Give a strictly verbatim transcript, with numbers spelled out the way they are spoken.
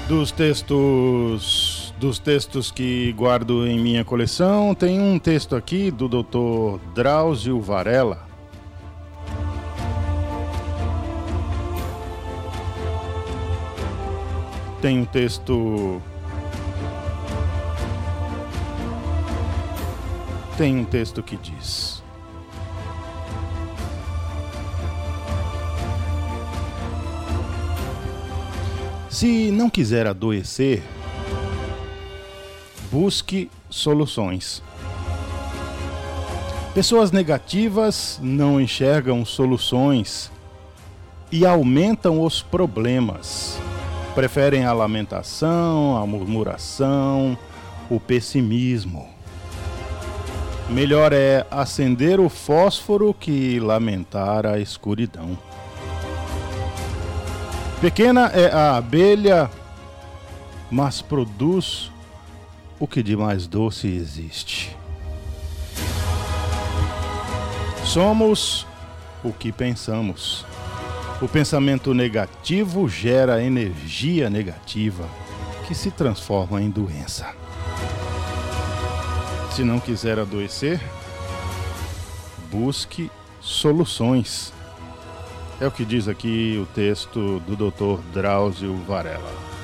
Dos textos, dos textos que guardo em minha coleção, tem um texto aqui do doutor Drauzio Varela. Tem um texto Tem um texto que diz: se não quiser adoecer, busque soluções. Pessoas negativas não enxergam soluções e aumentam os problemas. Preferem a lamentação, a murmuração, o pessimismo. Melhor é acender o fósforo que lamentar a escuridão. Pequena é a abelha, mas produz o que de mais doce existe. Somos o que pensamos. O pensamento negativo gera energia negativa, que se transforma em doença. Se não quiser adoecer, busque soluções. É o que diz aqui o texto do doutor Drauzio Varela.